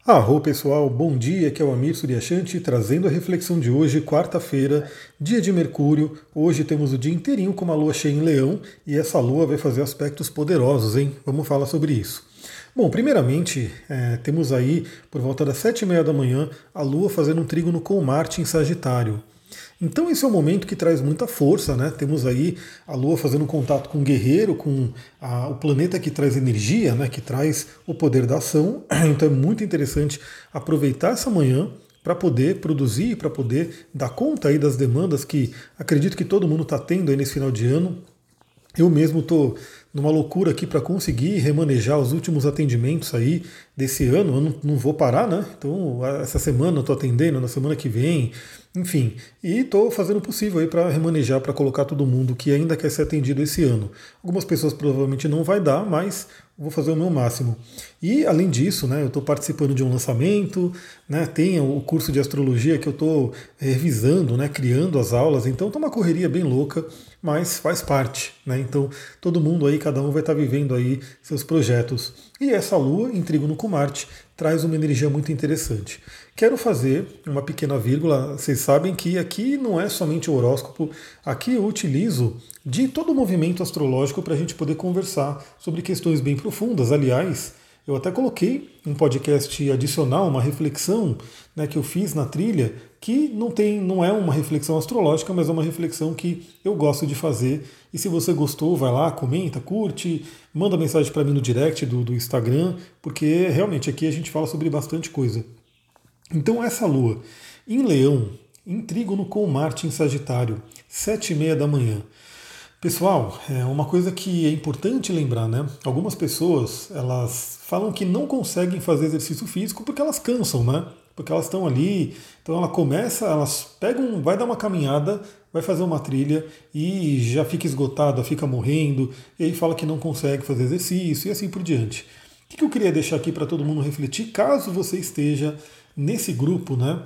Arro pessoal, bom dia, aqui é o Amir Suryashanti trazendo a reflexão de hoje, quarta-feira, dia de Mercúrio. Hoje temos o dia inteirinho com uma lua cheia em Leão e essa lua vai fazer aspectos poderosos, hein? Vamos falar sobre isso. Bom, primeiramente, temos aí, por volta das 7h30 da manhã, a lua fazendo um trígono com Marte em Sagitário. Então esse é um momento que traz muita força, né? Temos aí a Lua fazendo contato com o guerreiro, com o planeta que traz energia, né? Que traz o poder da ação. Então é muito interessante aproveitar essa manhã para poder produzir, para poder dar conta aí das demandas que acredito que todo mundo está tendo aí nesse final de ano. Eu mesmo estou numa loucura aqui para conseguir remanejar os últimos atendimentos aí desse ano. Eu não vou parar, né? Então, essa semana eu estou atendendo, na semana que vem, enfim. E estou fazendo o possível aí para remanejar, para colocar todo mundo que ainda quer ser atendido esse ano. Algumas pessoas provavelmente não vai dar, mas vou fazer o meu máximo. E além disso, né, eu estou participando de um lançamento, né, tem o curso de astrologia que eu estou revisando, né, criando as aulas, então está uma correria bem louca, mas faz parte, né? Então todo mundo aí, cada um vai estar vivendo aí seus projetos. E essa Lua em trígono com Marte traz uma energia muito interessante. Quero fazer uma pequena vírgula. Vocês sabem que aqui não é somente o horóscopo, aqui eu utilizo de todo o movimento astrológico para a gente poder conversar sobre questões bem profundas. Aliás, eu até coloquei um podcast adicional, uma reflexão, né, que eu fiz na trilha, que não é uma reflexão astrológica, mas é uma reflexão que eu gosto de fazer. E se você gostou, vai lá, comenta, curte, manda mensagem para mim no direct do Instagram, porque realmente aqui a gente fala sobre bastante coisa. Então essa lua em Leão, em trígono com Marte em Sagitário, 7h30 da manhã. Pessoal, é uma coisa que é importante lembrar, né? Algumas pessoas, elas falam que não conseguem fazer exercício físico porque elas cansam, né? Porque elas estão ali, então ela começa, elas pegam, vai dar uma caminhada, vai fazer uma trilha e já fica esgotada, fica morrendo, e aí fala que não consegue fazer exercício e assim por diante. O que eu queria deixar aqui para todo mundo refletir, caso você esteja nesse grupo, né?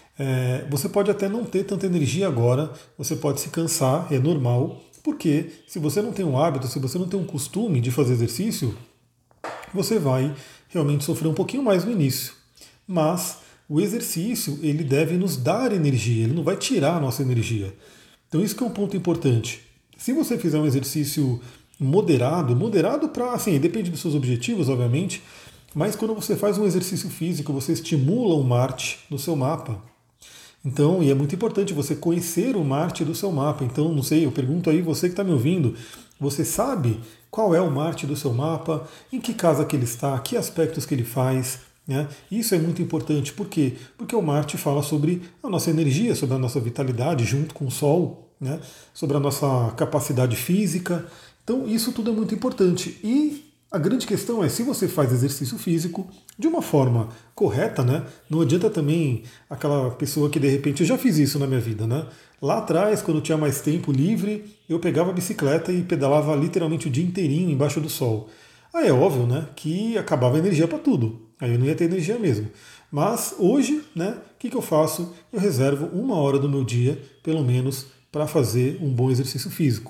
Você pode até não ter tanta energia agora, você pode se cansar, é normal, porque se você não tem um hábito, se você não tem um costume de fazer exercício, você vai realmente sofrer um pouquinho mais no início. Mas o exercício, ele deve nos dar energia, ele não vai tirar a nossa energia. Então isso que é um ponto importante. Se você fizer um exercício moderado para, assim, depende dos seus objetivos, obviamente, mas quando você faz um exercício físico, você estimula o Marte no seu mapa. Então, e é muito importante você conhecer o Marte do seu mapa. Então, não sei, eu pergunto aí, você que está me ouvindo, você sabe qual é o Marte do seu mapa, em que casa que ele está, que aspectos que ele faz, né? Isso é muito importante. Por quê? Porque o Marte fala sobre a nossa energia, sobre a nossa vitalidade junto com o Sol, né? Sobre a nossa capacidade física. Então, isso tudo é muito importante. E a grande questão é, se você faz exercício físico de uma forma correta, né? Não adianta também aquela pessoa que de repente, eu já fiz isso na minha vida, né? Lá atrás, quando eu tinha mais tempo livre, eu pegava a bicicleta e pedalava literalmente o dia inteirinho embaixo do sol. Aí é óbvio, né, que acabava a energia para tudo. Aí eu não ia ter energia mesmo. Mas hoje, né, o que eu faço? Eu reservo 1 hora do meu dia, pelo menos, para fazer um bom exercício físico.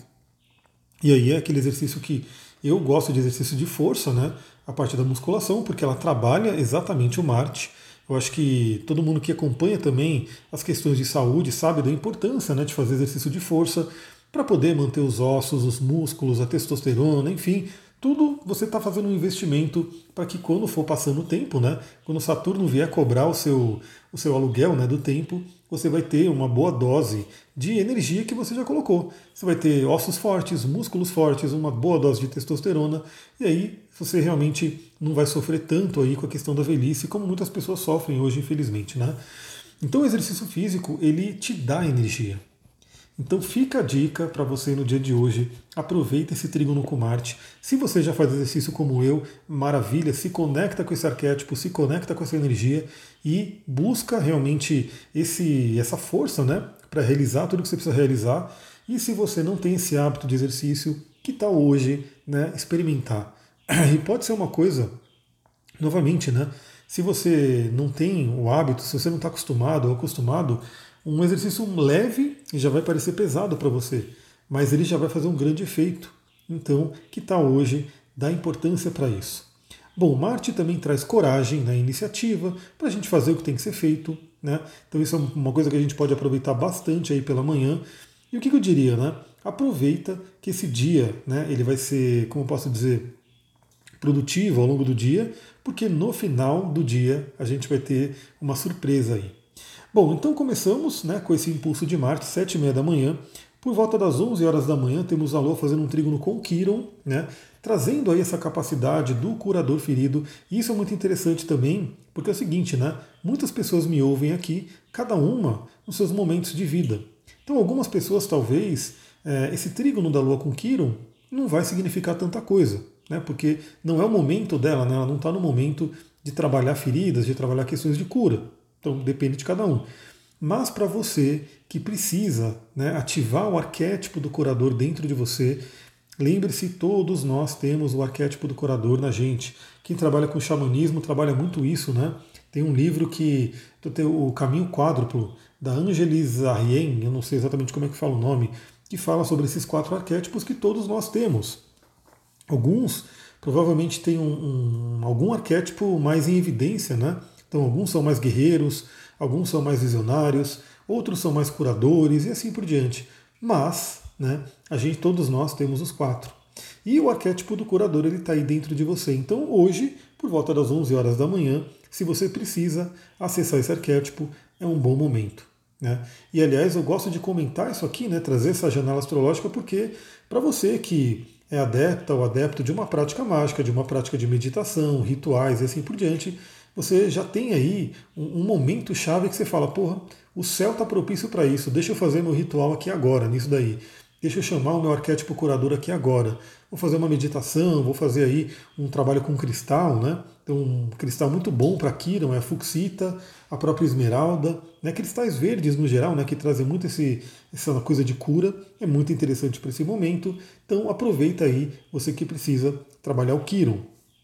E aí é aquele exercício que eu gosto de exercício de força, né? A parte da musculação, porque ela trabalha exatamente o Marte. Eu acho que todo mundo que acompanha também as questões de saúde sabe da importância, né, de fazer exercício de força para poder manter os ossos, os músculos, a testosterona, enfim, tudo você está fazendo um investimento para que quando for passando o tempo, né, quando Saturno vier cobrar o seu aluguel, né, do tempo, você vai ter uma boa dose de energia que você já colocou. Você vai ter ossos fortes, músculos fortes, uma boa dose de testosterona, e aí você realmente não vai sofrer tanto aí com a questão da velhice, como muitas pessoas sofrem hoje, infelizmente, né? Então o exercício físico, ele te dá energia. Então fica a dica para você no dia de hoje, aproveita esse trígono com Marte. Se você já faz exercício como eu, maravilha, se conecta com esse arquétipo, se conecta com essa energia e busca realmente essa força, né, para realizar tudo que você precisa realizar. E se você não tem esse hábito de exercício, que tal hoje, né, experimentar? E pode ser uma coisa, novamente, né, se você não tem o hábito, se você não está acostumado ou acostumado, um exercício leve já vai parecer pesado para você, mas ele já vai fazer um grande efeito. Então, que tal hoje dar importância para isso? Bom, Marte também traz coragem, né, iniciativa, para a gente fazer o que tem que ser feito, né? Então isso é uma coisa que a gente pode aproveitar bastante aí pela manhã. E o que eu diria, né? Aproveita que esse dia, né, ele vai ser, como eu posso dizer, produtivo ao longo do dia, porque no final do dia a gente vai ter uma surpresa aí. Bom, então começamos, né, com esse impulso de Marte, 7h30 da manhã. Por volta das 11 horas da manhã, temos a Lua fazendo um trígono com Quiron, né, trazendo aí essa capacidade do curador ferido. E isso é muito interessante também, porque é o seguinte, né, muitas pessoas me ouvem aqui, cada uma nos seus momentos de vida. Então algumas pessoas talvez, esse trígono da Lua com Quiron não vai significar tanta coisa, né, porque não é o momento dela, né, ela não está no momento de trabalhar feridas, de trabalhar questões de cura. Então depende de cada um. Mas para você que precisa, né, ativar o arquétipo do curador dentro de você, lembre-se, todos nós temos o arquétipo do curador na gente. Quem trabalha com xamanismo trabalha muito isso, né? Tem um livro que tem o Caminho Quádruplo, da Angelis Arrien, eu não sei exatamente como é que fala o nome, que fala sobre esses 4 arquétipos que todos nós temos. Alguns provavelmente têm algum arquétipo mais em evidência, né? Então alguns são mais guerreiros, alguns são mais visionários, outros são mais curadores e assim por diante. Mas, né, todos nós temos os 4. E o arquétipo do curador ele está aí dentro de você. Então hoje, por volta das 11 horas da manhã, se você precisa acessar esse arquétipo, é um bom momento. Né? E aliás, eu gosto de comentar isso aqui, né, trazer essa janela astrológica, porque para você que é adepta ou adepto de uma prática mágica, de uma prática de meditação, rituais e assim por diante, você já tem aí um momento chave que você fala, porra, o céu está propício para isso, deixa eu fazer meu ritual aqui agora, nisso daí. Deixa eu chamar o meu arquétipo curador aqui agora. Vou fazer uma meditação, vou fazer aí um trabalho com cristal, né? Então, um cristal muito bom para Quiron é a fucsita, a própria esmeralda, né? Cristais verdes no geral, né? Que trazem muito essa coisa de cura, é muito interessante para esse momento. Então, aproveita aí, você que precisa trabalhar o Quiron.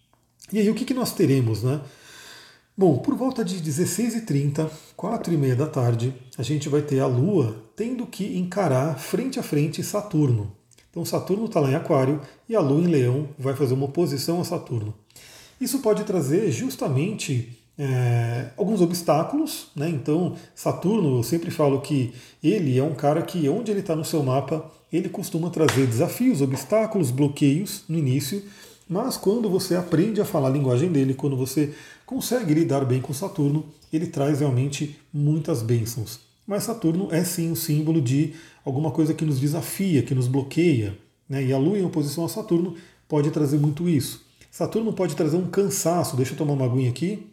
E aí, o que nós teremos, né? Bom, por volta de 16h30, 4h30 da tarde, a gente vai ter a Lua tendo que encarar frente a frente Saturno. Então Saturno está lá em Aquário e a Lua em Leão vai fazer uma oposição a Saturno. Isso pode trazer justamente alguns obstáculos, né? Então Saturno, eu sempre falo que ele é um cara que onde ele está no seu mapa, ele costuma trazer desafios, obstáculos, bloqueios no início, mas quando você aprende a falar a linguagem dele, quando você consegue lidar bem com Saturno, ele traz realmente muitas bênçãos. Mas Saturno é sim um símbolo de alguma coisa que nos desafia, que nos bloqueia. Né? E a Lua em oposição a Saturno pode trazer muito isso. Saturno pode trazer um cansaço, deixa eu tomar uma aguinha aqui.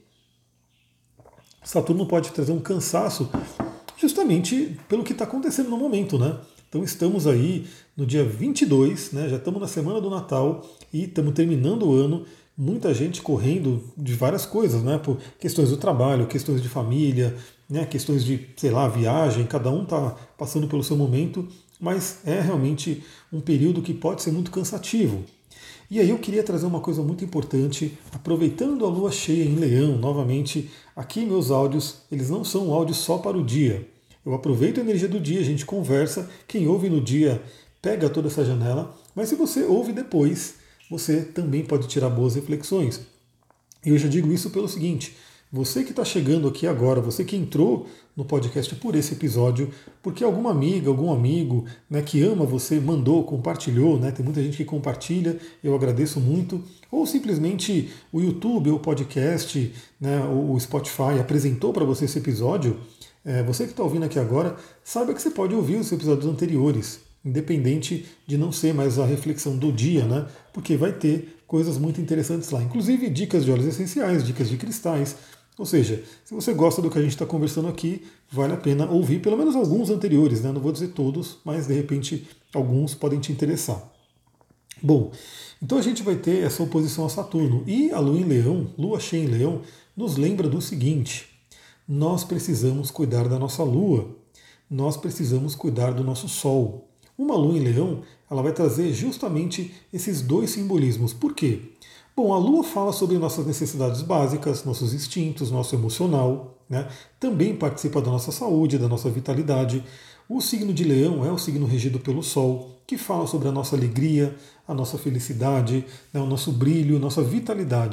Saturno pode trazer um cansaço justamente pelo que está acontecendo no momento, né? Então estamos aí no dia 22, né? Já estamos na semana do Natal e estamos terminando o ano. Muita gente correndo de várias coisas, né? Por questões do trabalho, questões de família, né? Questões de, sei lá, viagem. Cada um está passando pelo seu momento, mas é realmente um período que pode ser muito cansativo. E aí eu queria trazer uma coisa muito importante, aproveitando a lua cheia em Leão, novamente, aqui meus áudios, eles não são áudios só para o dia. Eu aproveito a energia do dia, a gente conversa, quem ouve no dia pega toda essa janela, mas se você ouve depois, você também pode tirar boas reflexões. E eu já digo isso pelo seguinte, você que está chegando aqui agora, você que entrou no podcast por esse episódio, porque alguma amiga, algum amigo, né, que ama você, mandou, compartilhou, né, tem muita gente que compartilha, eu agradeço muito, ou simplesmente o YouTube, o podcast, né, o Spotify apresentou para você esse episódio, você que está ouvindo aqui agora, saiba que você pode ouvir os episódios anteriores, independente de não ser mais a reflexão do dia, né, porque vai ter coisas muito interessantes lá, inclusive dicas de óleos essenciais, dicas de cristais. Ou seja, se você gosta do que a gente está conversando aqui, vale a pena ouvir pelo menos alguns anteriores, né? Não vou dizer todos, mas de repente alguns podem te interessar. Bom, então a gente vai ter essa oposição a Saturno. E a Lua em Leão, Lua cheia em Leão, nos lembra do seguinte: nós precisamos cuidar da nossa Lua, nós precisamos cuidar do nosso Sol. Uma Lua em Leão, ela vai trazer justamente esses dois simbolismos. Por quê? Bom, a Lua fala sobre nossas necessidades básicas, nossos instintos, nosso emocional, né? Também participa da nossa saúde, da nossa vitalidade. O signo de Leão é o signo regido pelo Sol, que fala sobre a nossa alegria, a nossa felicidade, né? O nosso brilho, nossa vitalidade.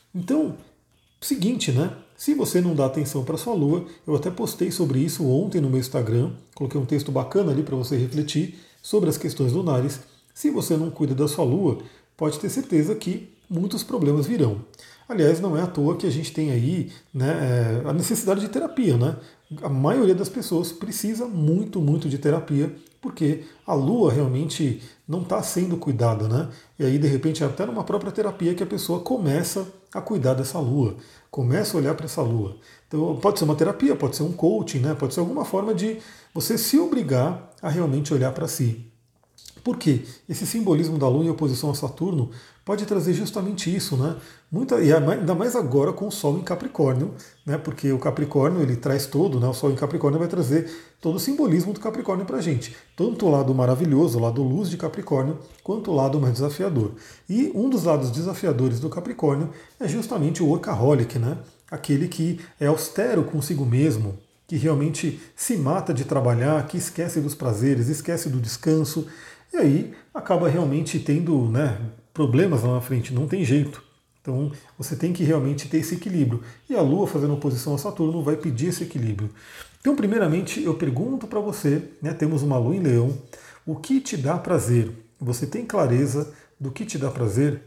Então, seguinte, né? Se você não dá atenção para sua lua, eu até postei sobre isso ontem no meu Instagram, coloquei um texto bacana ali para você refletir sobre as questões lunares. Se você não cuida da sua lua, pode ter certeza que muitos problemas virão. Aliás, não é à toa que a gente tem aí, né, a necessidade de terapia, né? A maioria das pessoas precisa muito, muito de terapia, porque a lua realmente não está sendo cuidada, né? E aí, de repente, até numa própria terapia que a pessoa começa a cuidar dessa lua, começa a olhar para essa lua. Então, pode ser uma terapia, pode ser um coaching, né? Pode ser alguma forma de você se obrigar a realmente olhar para si. Por quê? Esse simbolismo da Lua em oposição a Saturno pode trazer justamente isso, né? E ainda mais agora com o Sol em Capricórnio, né? Porque o Capricórnio ele traz todo, né? O Sol em Capricórnio vai trazer todo o simbolismo do Capricórnio para a gente, tanto o lado maravilhoso, o lado luz de Capricórnio, quanto o lado mais desafiador. E um dos lados desafiadores do Capricórnio é justamente o workaholic, né? Aquele que é austero consigo mesmo, que realmente se mata de trabalhar, que esquece dos prazeres, esquece do descanso. E aí acaba realmente tendo, né, problemas lá na frente, não tem jeito. Então você tem que realmente ter esse equilíbrio. E a Lua fazendo oposição a Saturno vai pedir esse equilíbrio. Então, primeiramente, eu pergunto para você, né, temos uma Lua em Leão, o que te dá prazer? Você tem clareza do que te dá prazer?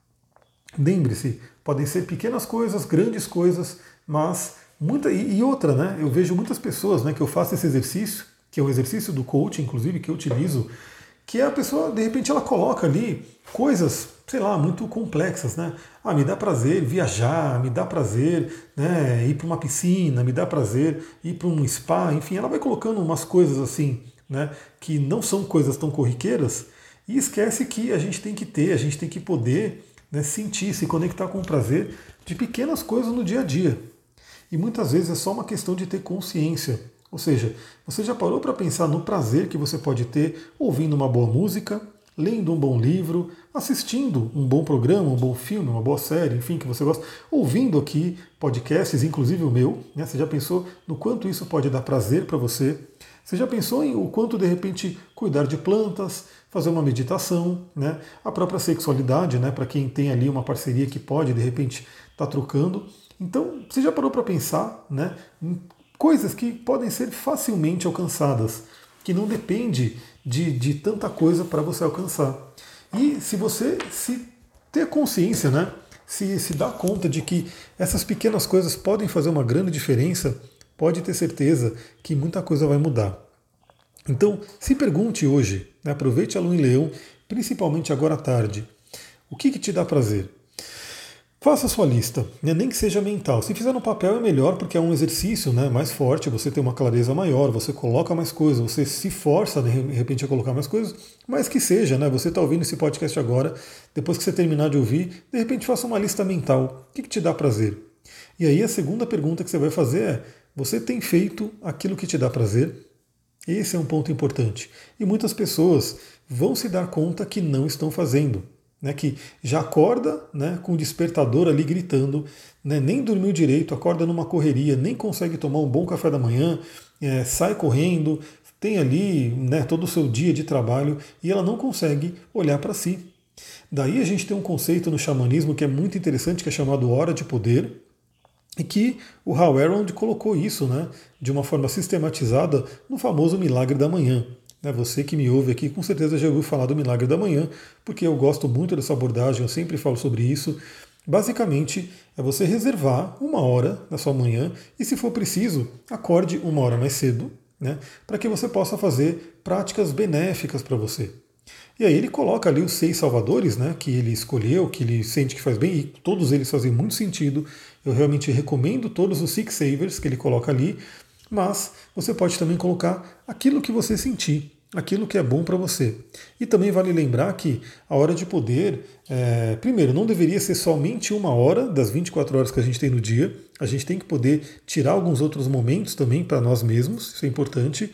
Lembre-se, podem ser pequenas coisas, grandes coisas, mas outra, né? Eu vejo muitas pessoas, né, que eu faço esse exercício, que é um exercício do coaching, inclusive, que eu utilizo, que a pessoa, de repente, ela coloca ali coisas, sei lá, muito complexas, né? Ah, me dá prazer viajar, me dá prazer, né, ir para uma piscina, me dá prazer ir para um spa, enfim, ela vai colocando umas coisas assim, né, que não são coisas tão corriqueiras e esquece que a gente tem que ter, a gente tem que poder, né, sentir, se conectar com o prazer de pequenas coisas no dia a dia. E muitas vezes é só uma questão de ter consciência. Ou seja, você já parou para pensar no prazer que você pode ter ouvindo uma boa música, lendo um bom livro, assistindo um bom programa, um bom filme, uma boa série, enfim, que você gosta, ouvindo aqui podcasts, inclusive o meu, né? Você já pensou no quanto isso pode dar prazer para você? Você já pensou em o quanto, de repente, cuidar de plantas, fazer uma meditação, né? A própria sexualidade, né? Para quem tem ali uma parceria que pode, de repente, estar trocando. Então, você já parou para pensar, né, em coisas que podem ser facilmente alcançadas, que não depende de tanta coisa para você alcançar. E se você se ter consciência, né, se dá conta de que essas pequenas coisas podem fazer uma grande diferença, pode ter certeza que muita coisa vai mudar. Então, se pergunte hoje, né, aproveite a Lua em Leão, principalmente agora à tarde, o que te dá prazer? Faça a sua lista, né? Nem que seja mental. Se fizer no papel é melhor porque é um exercício, né, mais forte, você tem uma clareza maior, você coloca mais coisas, você se força de repente a colocar mais coisas, mas que seja, né? Você está ouvindo esse podcast agora, depois que você terminar de ouvir, de repente faça uma lista mental. O que te dá prazer? E aí a segunda pergunta que você vai fazer é: você tem feito aquilo que te dá prazer? Esse é um ponto importante. E muitas pessoas vão se dar conta que não estão fazendo. Né, que já acorda, né, com o despertador ali gritando, né, nem dormiu direito, acorda numa correria, nem consegue tomar um bom café da manhã, sai correndo, tem ali, né, todo o seu dia de trabalho e ela não consegue olhar para si. Daí a gente tem um conceito no xamanismo que é muito interessante, que é chamado hora de poder, e que o Hal Elrond colocou isso, né, de uma forma sistematizada no famoso Milagre da Manhã. Você que me ouve aqui com certeza já ouviu falar do Milagre da Manhã, porque eu gosto muito dessa abordagem, eu sempre falo sobre isso. Basicamente, é você reservar uma hora na sua manhã e, se for preciso, acorde uma hora mais cedo, né, para que você possa fazer práticas benéficas para você. E aí ele coloca ali os 6 salvadores, né, que ele escolheu, que ele sente que faz bem, e todos eles fazem muito sentido. Eu realmente recomendo todos os 6 savers que ele coloca ali, mas você pode também colocar aquilo que você sentir, aquilo que é bom para você. E também vale lembrar que a hora de poder, primeiro, não deveria ser somente uma hora das 24 horas que a gente tem no dia. A gente tem que poder tirar alguns outros momentos também para nós mesmos, isso é importante.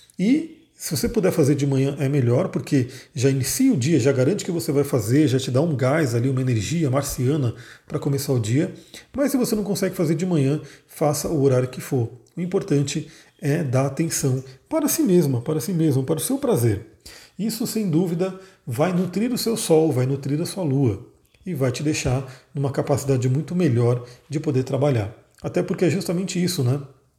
E se você puder fazer de manhã é melhor, porque já inicia o dia, já garante que você vai fazer, já te dá um gás ali, uma energia marciana para começar o dia. Mas se você não consegue fazer de manhã, faça o horário que for. O importante é dar atenção para si mesma, para si mesmo, para o seu prazer. Isso, sem dúvida, vai nutrir o seu sol, vai nutrir a sua lua. e vai te deixar numa capacidade muito melhor de poder trabalhar. Até porque é justamente isso, né?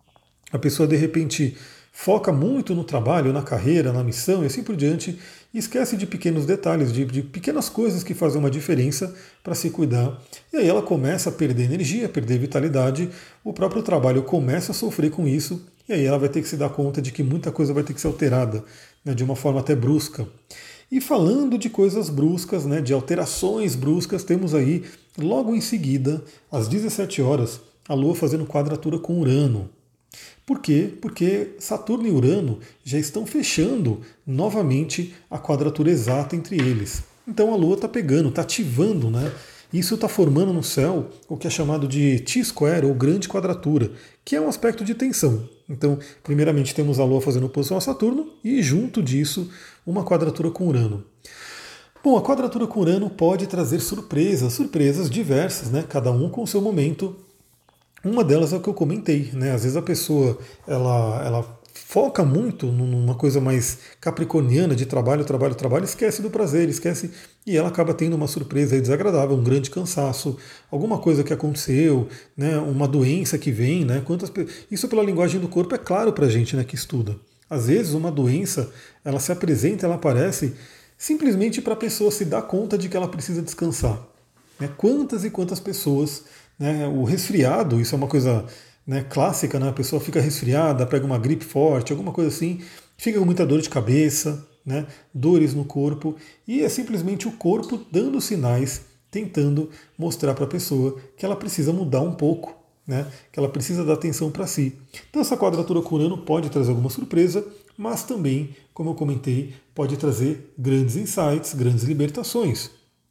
A pessoa de repente foca muito no trabalho, na carreira, na missão e assim por diante, e esquece de pequenos detalhes, de pequenas coisas que fazem uma diferença para se cuidar. E aí ela começa a perder energia, perder vitalidade, o próprio trabalho começa a sofrer com isso, e aí ela vai ter que se dar conta de que muita coisa vai ter que ser alterada, né, de uma forma até brusca. E falando de coisas bruscas, né, de alterações bruscas, temos aí, logo em seguida, às 17 horas, a Lua fazendo quadratura com Urano. Por quê? Porque Saturno e Urano já estão fechando novamente a quadratura exata entre eles. Então a Lua está pegando, está ativando, né? Isso está formando no céu o que é chamado de T-square, ou grande quadratura, que é um aspecto de tensão. Então, primeiramente temos a Lua fazendo oposição a Saturno e junto disso uma quadratura com Urano. Bom, a quadratura com Urano pode trazer surpresas diversas, né? Cada um com o seu momento. Uma delas é o que eu comentei, né? Às vezes a pessoa ela foca muito numa coisa mais capricorniana de trabalho, esquece do prazer, esquece e ela acaba tendo uma surpresa aí desagradável, um grande cansaço, alguma coisa que aconteceu, né? Uma doença que vem, né? Isso pela linguagem do corpo é claro para a gente, né? Que estuda. Às vezes uma doença ela se apresenta, ela aparece simplesmente para a pessoa se dar conta de que ela precisa descansar. Né? Quantas e quantas pessoas, né, o resfriado, isso é uma coisa, né, clássica, né, a pessoa fica resfriada, pega uma gripe forte, alguma coisa assim, fica com muita dor de cabeça, né, dores no corpo, e é simplesmente o corpo dando sinais, tentando mostrar para a pessoa que ela precisa mudar um pouco, né, que ela precisa dar atenção para si. Então essa quadratura com Urano pode trazer alguma surpresa, mas também, como eu comentei, pode trazer grandes insights, grandes libertações.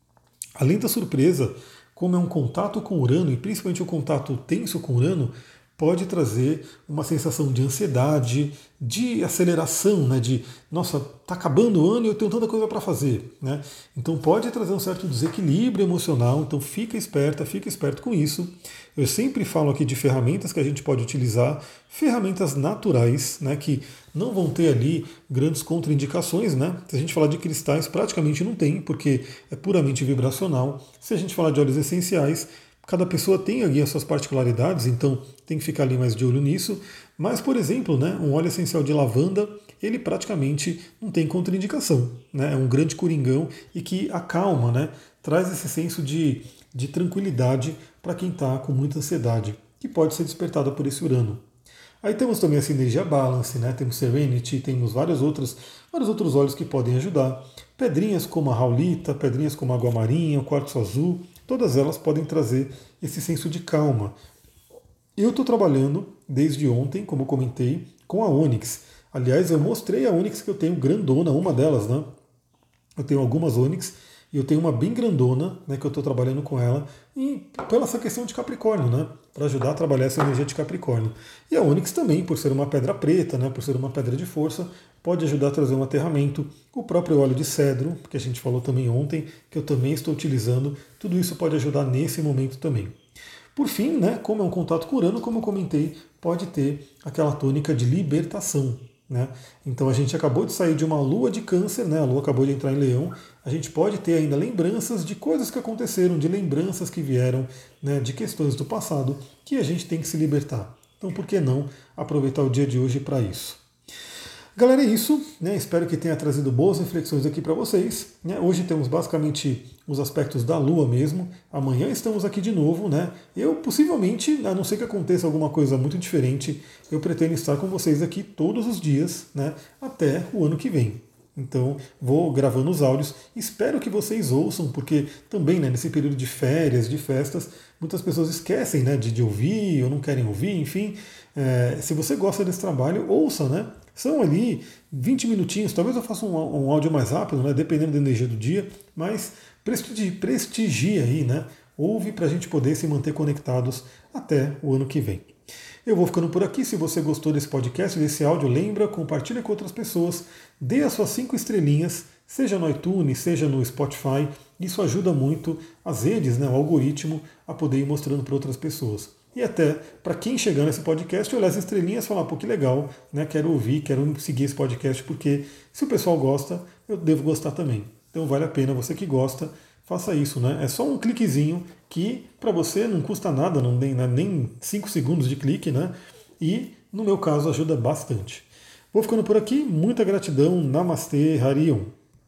Além da surpresa, como é um contato com Urano, e principalmente o contato tenso com Urano, pode trazer uma sensação de ansiedade, de aceleração, né? De, nossa, está acabando o ano e eu tenho tanta coisa para fazer. Né? Então pode trazer um certo desequilíbrio emocional, então fica esperto com isso. Eu sempre falo aqui de ferramentas que a gente pode utilizar, ferramentas naturais, né? Que não vão ter ali grandes contraindicações. Né? Se a gente falar de cristais, praticamente não tem, porque é puramente vibracional. Se a gente falar de óleos essenciais, cada pessoa tem ali as suas particularidades, então tem que ficar ali mais de olho nisso. Mas, por exemplo, né, um óleo essencial de lavanda, ele praticamente não tem contraindicação. Né? É um grande coringão e que acalma, né, traz esse senso de tranquilidade para quem está com muita ansiedade, que pode ser despertada por esse Urano. Aí temos também essa energia balance, né? Temos Serenity, temos vários outros óleos que podem ajudar. Pedrinhas como a raulita, pedrinhas como a água marinha, o quartzo azul, todas elas podem trazer esse senso de calma. Eu estou trabalhando desde ontem, como comentei, com a Onyx. Aliás, eu mostrei a Onyx que eu tenho grandona, uma delas, né? Eu tenho algumas Onyx e eu tenho uma bem grandona, né, que eu estou trabalhando com ela, e pela essa questão de Capricórnio, né, para ajudar a trabalhar essa energia de Capricórnio. E a Onyx também, por ser uma pedra preta, né, por ser uma pedra de força, pode ajudar a trazer um aterramento. O próprio óleo de cedro, que a gente falou também ontem, que eu também estou utilizando, tudo isso pode ajudar nesse momento também. Por fim, né, como é um contato com Urano, como eu comentei, pode ter aquela tônica de libertação. Né? Então a gente acabou de sair de uma lua de câncer, né? A lua acabou de entrar em leão, a gente pode ter ainda lembranças de coisas que aconteceram, de lembranças que vieram, né, de questões do passado, que a gente tem que se libertar. Então por que não aproveitar o dia de hoje para isso? Galera, é isso. Né? Espero que tenha trazido boas reflexões aqui para vocês. Né? Hoje temos basicamente os aspectos da Lua mesmo. Amanhã estamos aqui de novo. Né? Eu possivelmente, a não ser que aconteça alguma coisa muito diferente, eu pretendo estar com vocês aqui todos os dias, né? Até o ano que vem. Então, vou gravando os áudios. Espero que vocês ouçam, porque também, né, nesse período de férias, de festas, muitas pessoas esquecem, né, de ouvir ou não querem ouvir, enfim. Se você gosta desse trabalho, ouça, né? São ali 20 minutinhos, talvez eu faça um áudio mais rápido, né, dependendo da energia do dia, mas prestigia aí, né? Ouve para a gente poder se manter conectados até o ano que vem. Eu vou ficando por aqui. Se você gostou desse podcast, desse áudio, lembra, compartilha com outras pessoas, dê as suas 5 estrelinhas, seja no iTunes, seja no Spotify. Isso ajuda muito as redes, né, o algoritmo, a poder ir mostrando para outras pessoas. E até para quem chegar nesse podcast, olhar as estrelinhas e falar, pô, que legal, né, quero ouvir, quero seguir esse podcast, porque se o pessoal gosta, eu devo gostar também. Então vale a pena, você que gosta, faça isso, né? É só um cliquezinho que para você não custa nada, não tem nem 5 segundos de clique, né? E no meu caso ajuda bastante. Vou ficando por aqui, muita gratidão, Namastê, Harion.